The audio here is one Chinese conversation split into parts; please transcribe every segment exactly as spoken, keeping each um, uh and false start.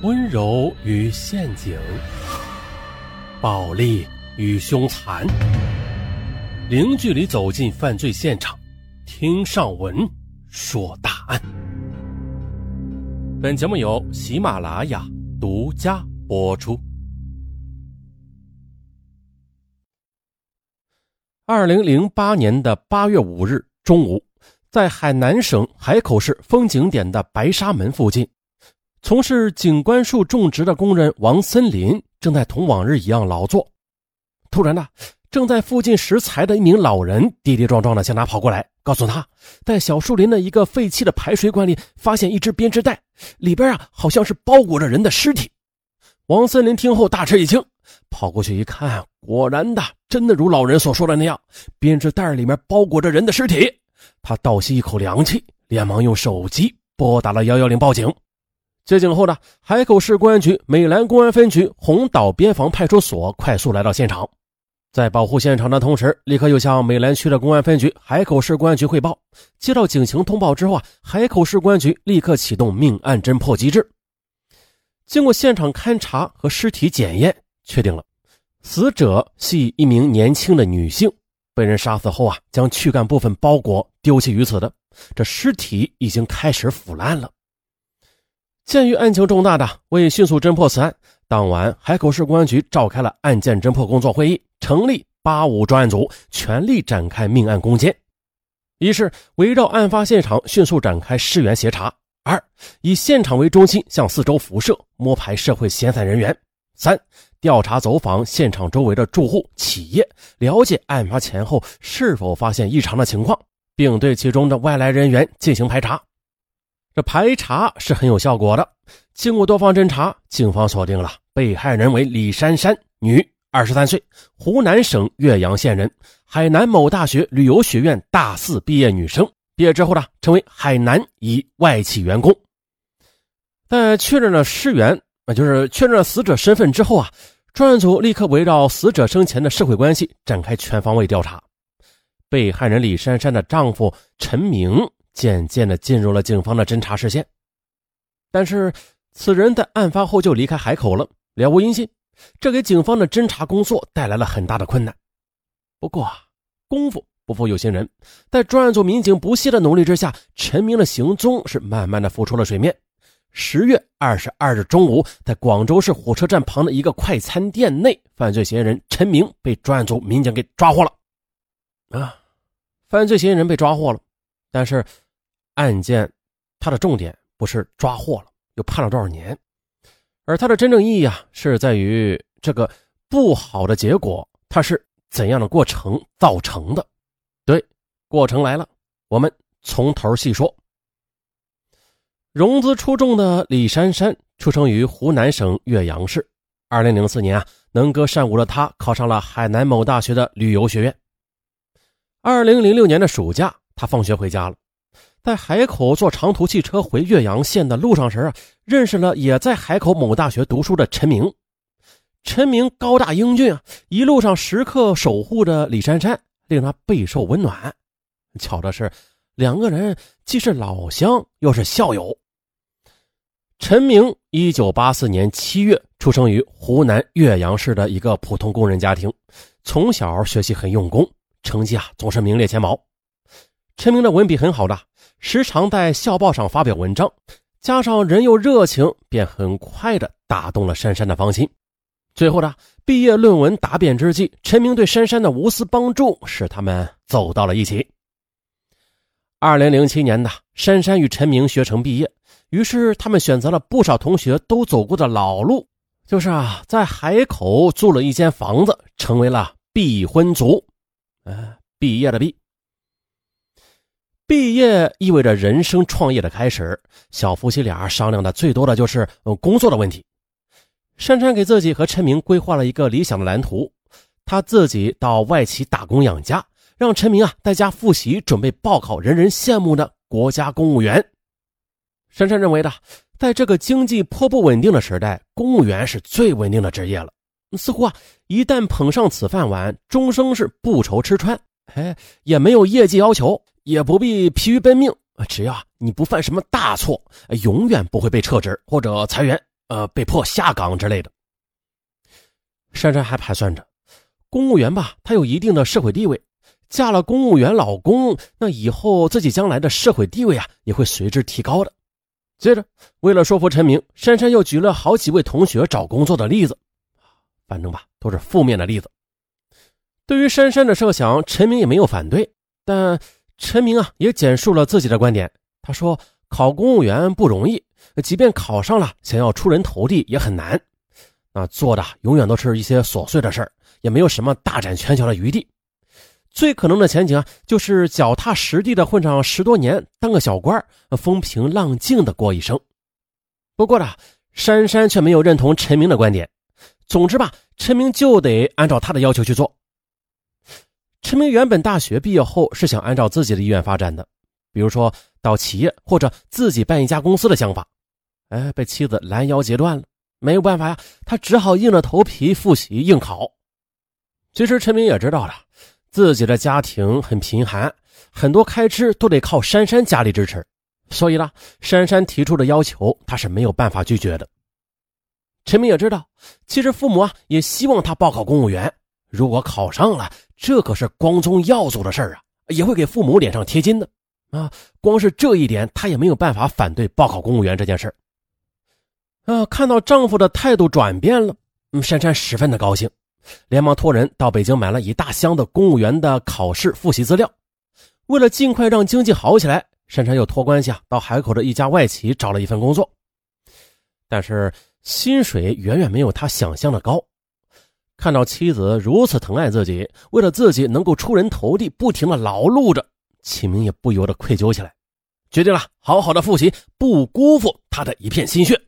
温柔与陷阱，暴力与凶残，零距离走进犯罪现场，听上文说大案。本节目由喜马拉雅独家播出。二零零八年的八月五日中午，在海南省海口市风景点的白沙门附近，从事景观树种植的工人王森林正在同往日一样劳作。突然呢，正在附近拾柴的一名老人跌跌撞撞地向他跑过来，告诉他在小树林的一个废弃的排水管里发现一只编织袋，里边啊好像是包裹着人的尸体。王森林听后大吃一惊，跑过去一看，果然的真的如老人所说的那样，编织袋里面包裹着人的尸体。他倒吸一口凉气，连忙用手机拨打了一一零报警。接警后呢，海口市公安局美兰公安分局红岛边防派出所快速来到现场，在保护现场的同时，立刻又向美兰区的公安分局海口市公安局汇报。接到警情通报之后啊，海口市公安局立刻启动命案侦破机制。经过现场勘查和尸体检验，确定了死者系一名年轻的女性，被人杀死后啊，将躯干部分包裹丢弃于此的，这尸体已经开始腐烂了。鉴于案情重大的，为迅速侦破此案，当晚海口市公安局召开了案件侦破工作会议，成立八五专案组，全力展开命案攻坚。一是围绕案发现场迅速展开尸源协查，二以现场为中心向四周辐射，摸排社会闲散人员，三调查走访现场周围的住户企业，了解案发前后是否发现异常的情况，并对其中的外来人员进行排查。这排查是很有效果的，经过多方侦查，警方锁定了被害人为李珊珊，女，二十三岁，湖南省岳阳县人，海南某大学旅游学院大四毕业女生，毕业之后呢，成为海南一外企员工。在确认了尸源，那就是确认了死者身份之后啊，专案组立刻围绕死者生前的社会关系展开全方位调查。被害人李珊珊的丈夫陈明渐渐地进入了警方的侦查视线，但是此人在案发后就离开海口了，了无音信，这给警方的侦查工作带来了很大的困难。不过啊，功夫不负有心人，在专案组民警不懈的努力之下，陈明的行踪是慢慢的浮出了水面。十月二十二日中午，在广州市火车站旁的一个快餐店内，犯罪嫌疑人陈明被专案组民警给抓获了。啊，犯罪嫌疑人被抓获了，但是案件它的重点不是抓获了又判了多少年，而它的真正意义啊，是在于这个不好的结果它是怎样的过程造成的。对，过程来了，我们从头细说。融资出众的李珊珊出生于湖南省岳阳市，二零零四年啊，能歌善舞的她考上了海南某大学的旅游学院。二零零六年的暑假，她放学回家了，在海口坐长途汽车回岳阳县的路上时啊，认识了也在海口某大学读书的陈明。陈明高大英俊啊，一路上时刻守护着李珊珊，令她备受温暖。巧的是，两个人既是老乡又是校友。陈明一九八四年七月出生于湖南岳阳市的一个普通工人家庭，从小学习很用功，成绩啊总是名列前茅。陈明的文笔很好的，时常在校报上发表文章，加上人又热情，便很快的打动了珊珊的芳心。最后的毕业论文答辩之际，陈明对珊珊的无私帮助使他们走到了一起。二零零七年的珊珊与陈明学成毕业，于是他们选择了不少同学都走过的老路，就是啊，在海口租了一间房子，成为了毕婚族。呃，毕业的毕。毕业意味着人生创业的开始，小夫妻俩商量的最多的就是、呃、工作的问题。珊珊给自己和陈明规划了一个理想的蓝图，他自己到外企打工养家，让陈明啊在家复习，准备报考人人羡慕的国家公务员。珊珊认为的，在这个经济颇不稳定的时代，公务员是最稳定的职业了。似乎啊，一旦捧上此饭碗，终生是不愁吃穿，哎，也没有业绩要求，也不必疲于奔命，只要你不犯什么大错，永远不会被撤职或者裁员， 呃，被迫下岗之类的。珊珊还盘算着，公务员吧，他有一定的社会地位，嫁了公务员老公，那以后自己将来的社会地位啊，也会随之提高的。接着，为了说服陈明，珊珊又举了好几位同学找工作的例子，反正吧，都是负面的例子。对于珊珊的设想，陈明也没有反对，但陈明啊，也简述了自己的观点。他说，考公务员不容易，即便考上了，想要出人头地也很难。那做的永远都是一些琐碎的事儿，也没有什么大展拳脚的余地。最可能的前景啊，就是脚踏实地的混上十多年，当个小官，风平浪静的过一生。不过呢，珊珊却没有认同陈明的观点。总之吧，陈明就得按照他的要求去做。陈明原本大学毕业后是想按照自己的意愿发展的，比如说到企业或者自己办一家公司的想法，哎，被妻子拦腰截断了。没有办法呀，他只好硬着头皮复习应考。其实陈明也知道了，自己的家庭很贫寒，很多开支都得靠珊珊家里支持，所以呢，珊珊提出的要求他是没有办法拒绝的。陈明也知道，其实父母啊也希望他报考公务员，如果考上了，这可是光宗耀祖的事儿啊，也会给父母脸上贴金的啊。光是这一点，他也没有办法反对报考公务员这件事儿。啊，看到丈夫的态度转变了，嗯，珊珊十分的高兴，连忙托人到北京买了一大箱的公务员的考试复习资料。为了尽快让经济好起来，珊珊又托关系啊到海口的一家外企找了一份工作，但是薪水远远没有他想象的高。看到妻子如此疼爱自己，为了自己能够出人头地，不停的劳碌着，启明也不由得愧疚起来，决定了好好的复习，不辜负他的一片心血。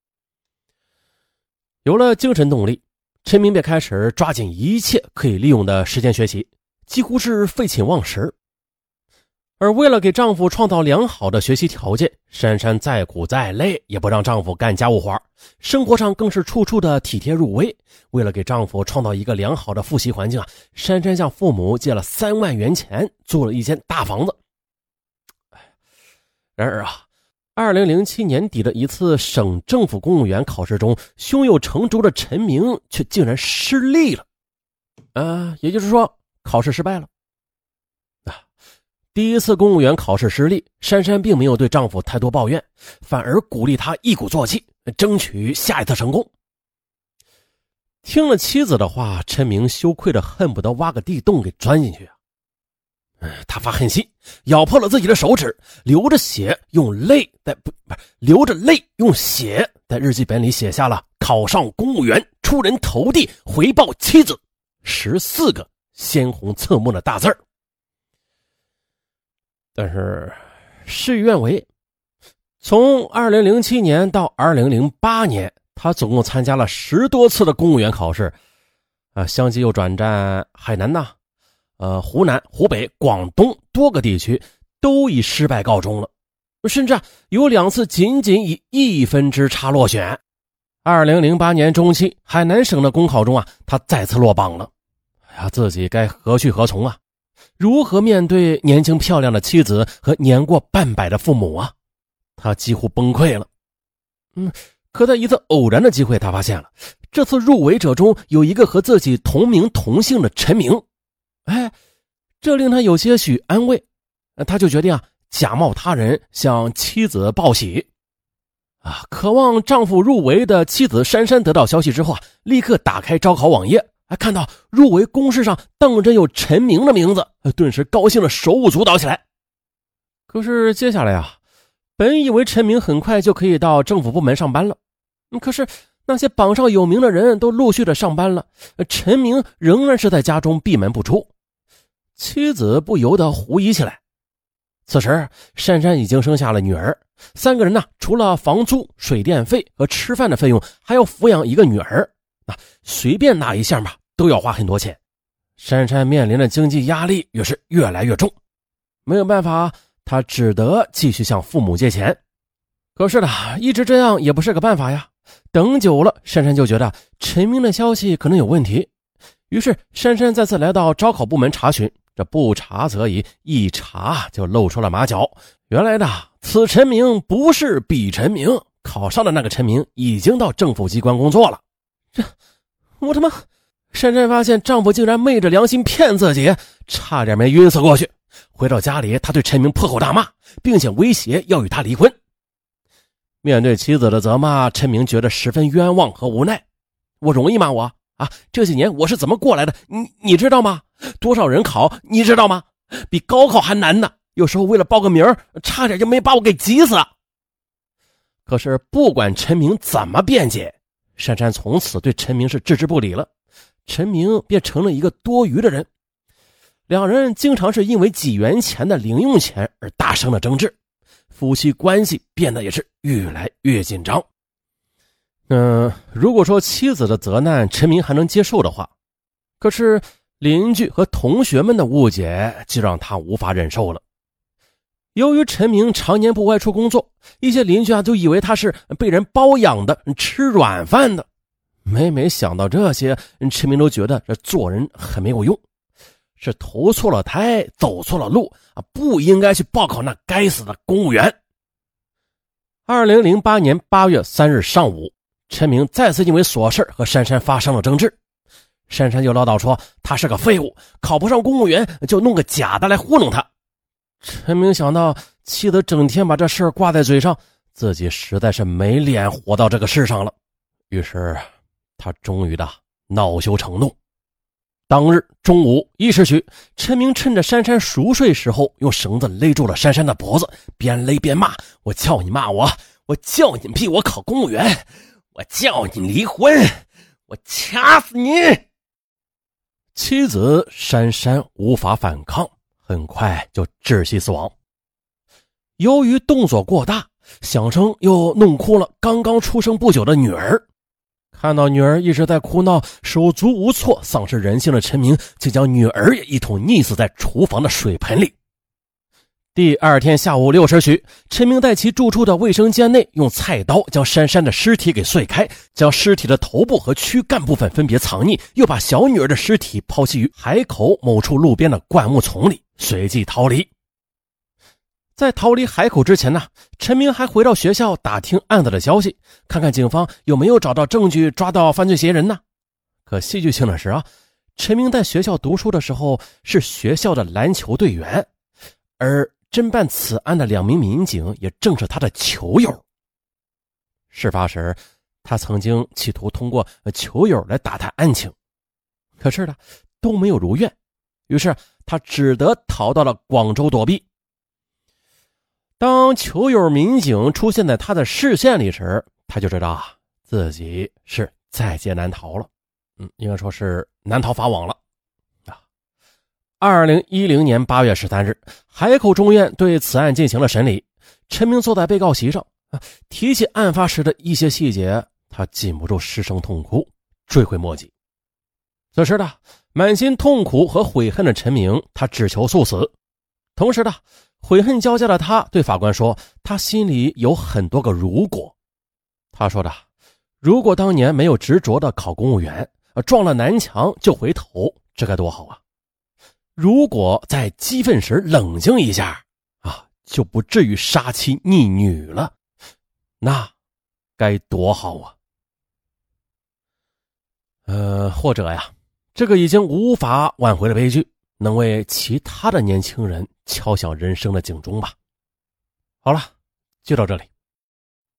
有了精神动力，陈明便开始抓紧一切可以利用的时间学习，几乎是废寝忘食。而为了给丈夫创造良好的学习条件，珊珊再苦再累也不让丈夫干家务活，生活上更是处处的体贴入微。为了给丈夫创造一个良好的复习环境啊，珊珊向父母借了三万元钱，租了一间大房子。然而啊，二零零七年底的一次省政府公务员考试中，胸有成竹的陈明却竟然失利了。呃，也就是说，考试失败了。啊，第一次公务员考试失利，珊珊并没有对丈夫太多抱怨，反而鼓励他一鼓作气，争取下一次成功。听了妻子的话，陈明羞愧的恨不得挖个地洞给钻进去啊。他发狠心，咬破了自己的手指，流着血用泪在不不流着泪用血在日记本里写下了考上公务员，出人头地，回报妻子十四个鲜红侧目的大字儿。但是事与愿违，从二零零七年到二零零八年，他总共参加了十多次的公务员考试，啊，相继又转战海南呐。呃，湖南、湖北、广东多个地区都以失败告终了，甚至啊有两次仅仅以一分之差落选。二零零八年中期，海南省的公考中啊，他再次落榜了。哎呀，自己该何去何从啊？如何面对年轻漂亮的妻子和年过半百的父母啊？他几乎崩溃了。嗯，可在一次偶然的机会，他发现了这次入围者中有一个和自己同名同姓的陈明。哎，这令他有些许安慰，他就决定啊，假冒他人向妻子报喜。啊，渴望丈夫入围的妻子珊珊得到消息之后啊，立刻打开招考网页，还看到入围公示上当真有陈明的名字，顿时高兴的手舞足蹈起来。可是接下来啊，本以为陈明很快就可以到政府部门上班了，可是那些榜上有名的人都陆续的上班了，陈明仍然是在家中闭门不出。妻子不由得狐疑起来。此时珊珊已经生下了女儿，三个人呢，除了房租、水电费和吃饭的费用，还要抚养一个女儿，啊，随便哪一项吧都要花很多钱。珊珊面临的经济压力也是越来越重，没有办法，她只得继续向父母借钱。可是呢，一直这样也不是个办法呀。等久了，珊珊就觉得陈明的消息可能有问题，于是珊珊再次来到招考部门查询。这不查则已，一查就露出了马脚。原来的此陈明不是彼陈明， 考上的那个陈明已经到政府机关工作了。这，我他妈！珊珊发现丈夫竟然昧着良心骗自己，差点没晕死过去。回到家里，她对陈明破口大骂，并且威胁要与他离婚。面对妻子的责骂，陈明觉得十分冤枉和无奈。我容易吗？我啊，这几年我是怎么过来的？你你知道吗？多少人考，你知道吗？比高考还难呢。有时候为了报个名，差点就没把我给急死。可是不管陈明怎么辩解，珊珊从此对陈明是置之不理了。陈明便成了一个多余的人。两人经常是因为几元钱的零用钱而大声的争执，夫妻关系变得也是越来越紧张。嗯，如果说妻子的责难陈明还能接受的话，可是邻居和同学们的误解就让他无法忍受了。由于陈明常年不外出工作，一些邻居啊就以为他是被人包养的，吃软饭的。每每想到这些，陈明都觉得这做人很没有用，是投错了胎，走错了路啊，不应该去报考那该死的公务员。二零零八年八月三日上午，陈明再次因为琐事和珊珊发生了争执。珊珊就唠叨说他是个废物，考不上公务员就弄个假的来糊弄他。陈明想到妻子整天把这事挂在嘴上，自己实在是没脸活到这个世上了，于是他终于的恼羞成怒。当日中午一时许，陈明趁着珊珊熟睡时候，用绳子勒住了珊珊的脖子，边勒边骂：我叫你骂我，我叫你逼我考公务员，我叫你离婚，我掐死你！妻子珊珊无法反抗，很快就窒息死亡。由于动作过大，响声又弄哭了刚刚出生不久的女儿。看到女儿一直在哭闹，手足无措，丧失人性的陈明竟将女儿也一同溺死在厨房的水盆里。第二天下午六时许，陈明在其住处的卫生间内用菜刀将珊珊的尸体给碎开，将尸体的头部和躯干部分分别藏匿，又把小女儿的尸体抛弃于海口某处路边的灌木丛里，随即逃离。在逃离海口之前呢，陈明还回到学校打听案子的消息，看看警方有没有找到证据抓到犯罪嫌疑人呢。可戏剧性的是啊，陈明在学校读书的时候是学校的篮球队员，而侦办此案的两名民警也正是他的球友。事发时，他曾经企图通过球友来打探案情，可是呢都没有如愿，于是他只得逃到了广州躲避。当球友民警出现在他的视线里时，他就知道自己是在劫难逃了，嗯，应该说是难逃法网了啊。二零一零年八月十三日，海口中院对此案进行了审理。陈明坐在被告席上，啊，提起案发时的一些细节，他禁不住失声痛哭，追悔莫及。此时的满心痛苦和悔恨的陈明，他只求速死。同时的悔恨交加的他对法官说，他心里有很多个如果。他说的，如果当年没有执着的考公务员，撞了南墙就回头，这该多好啊！如果在激愤时冷静一下啊，就不至于杀妻逆女了，那该多好啊！呃，或者呀，这个已经无法挽回的悲剧，能为其他的年轻人敲响人生的警钟吧。好了，就到这里。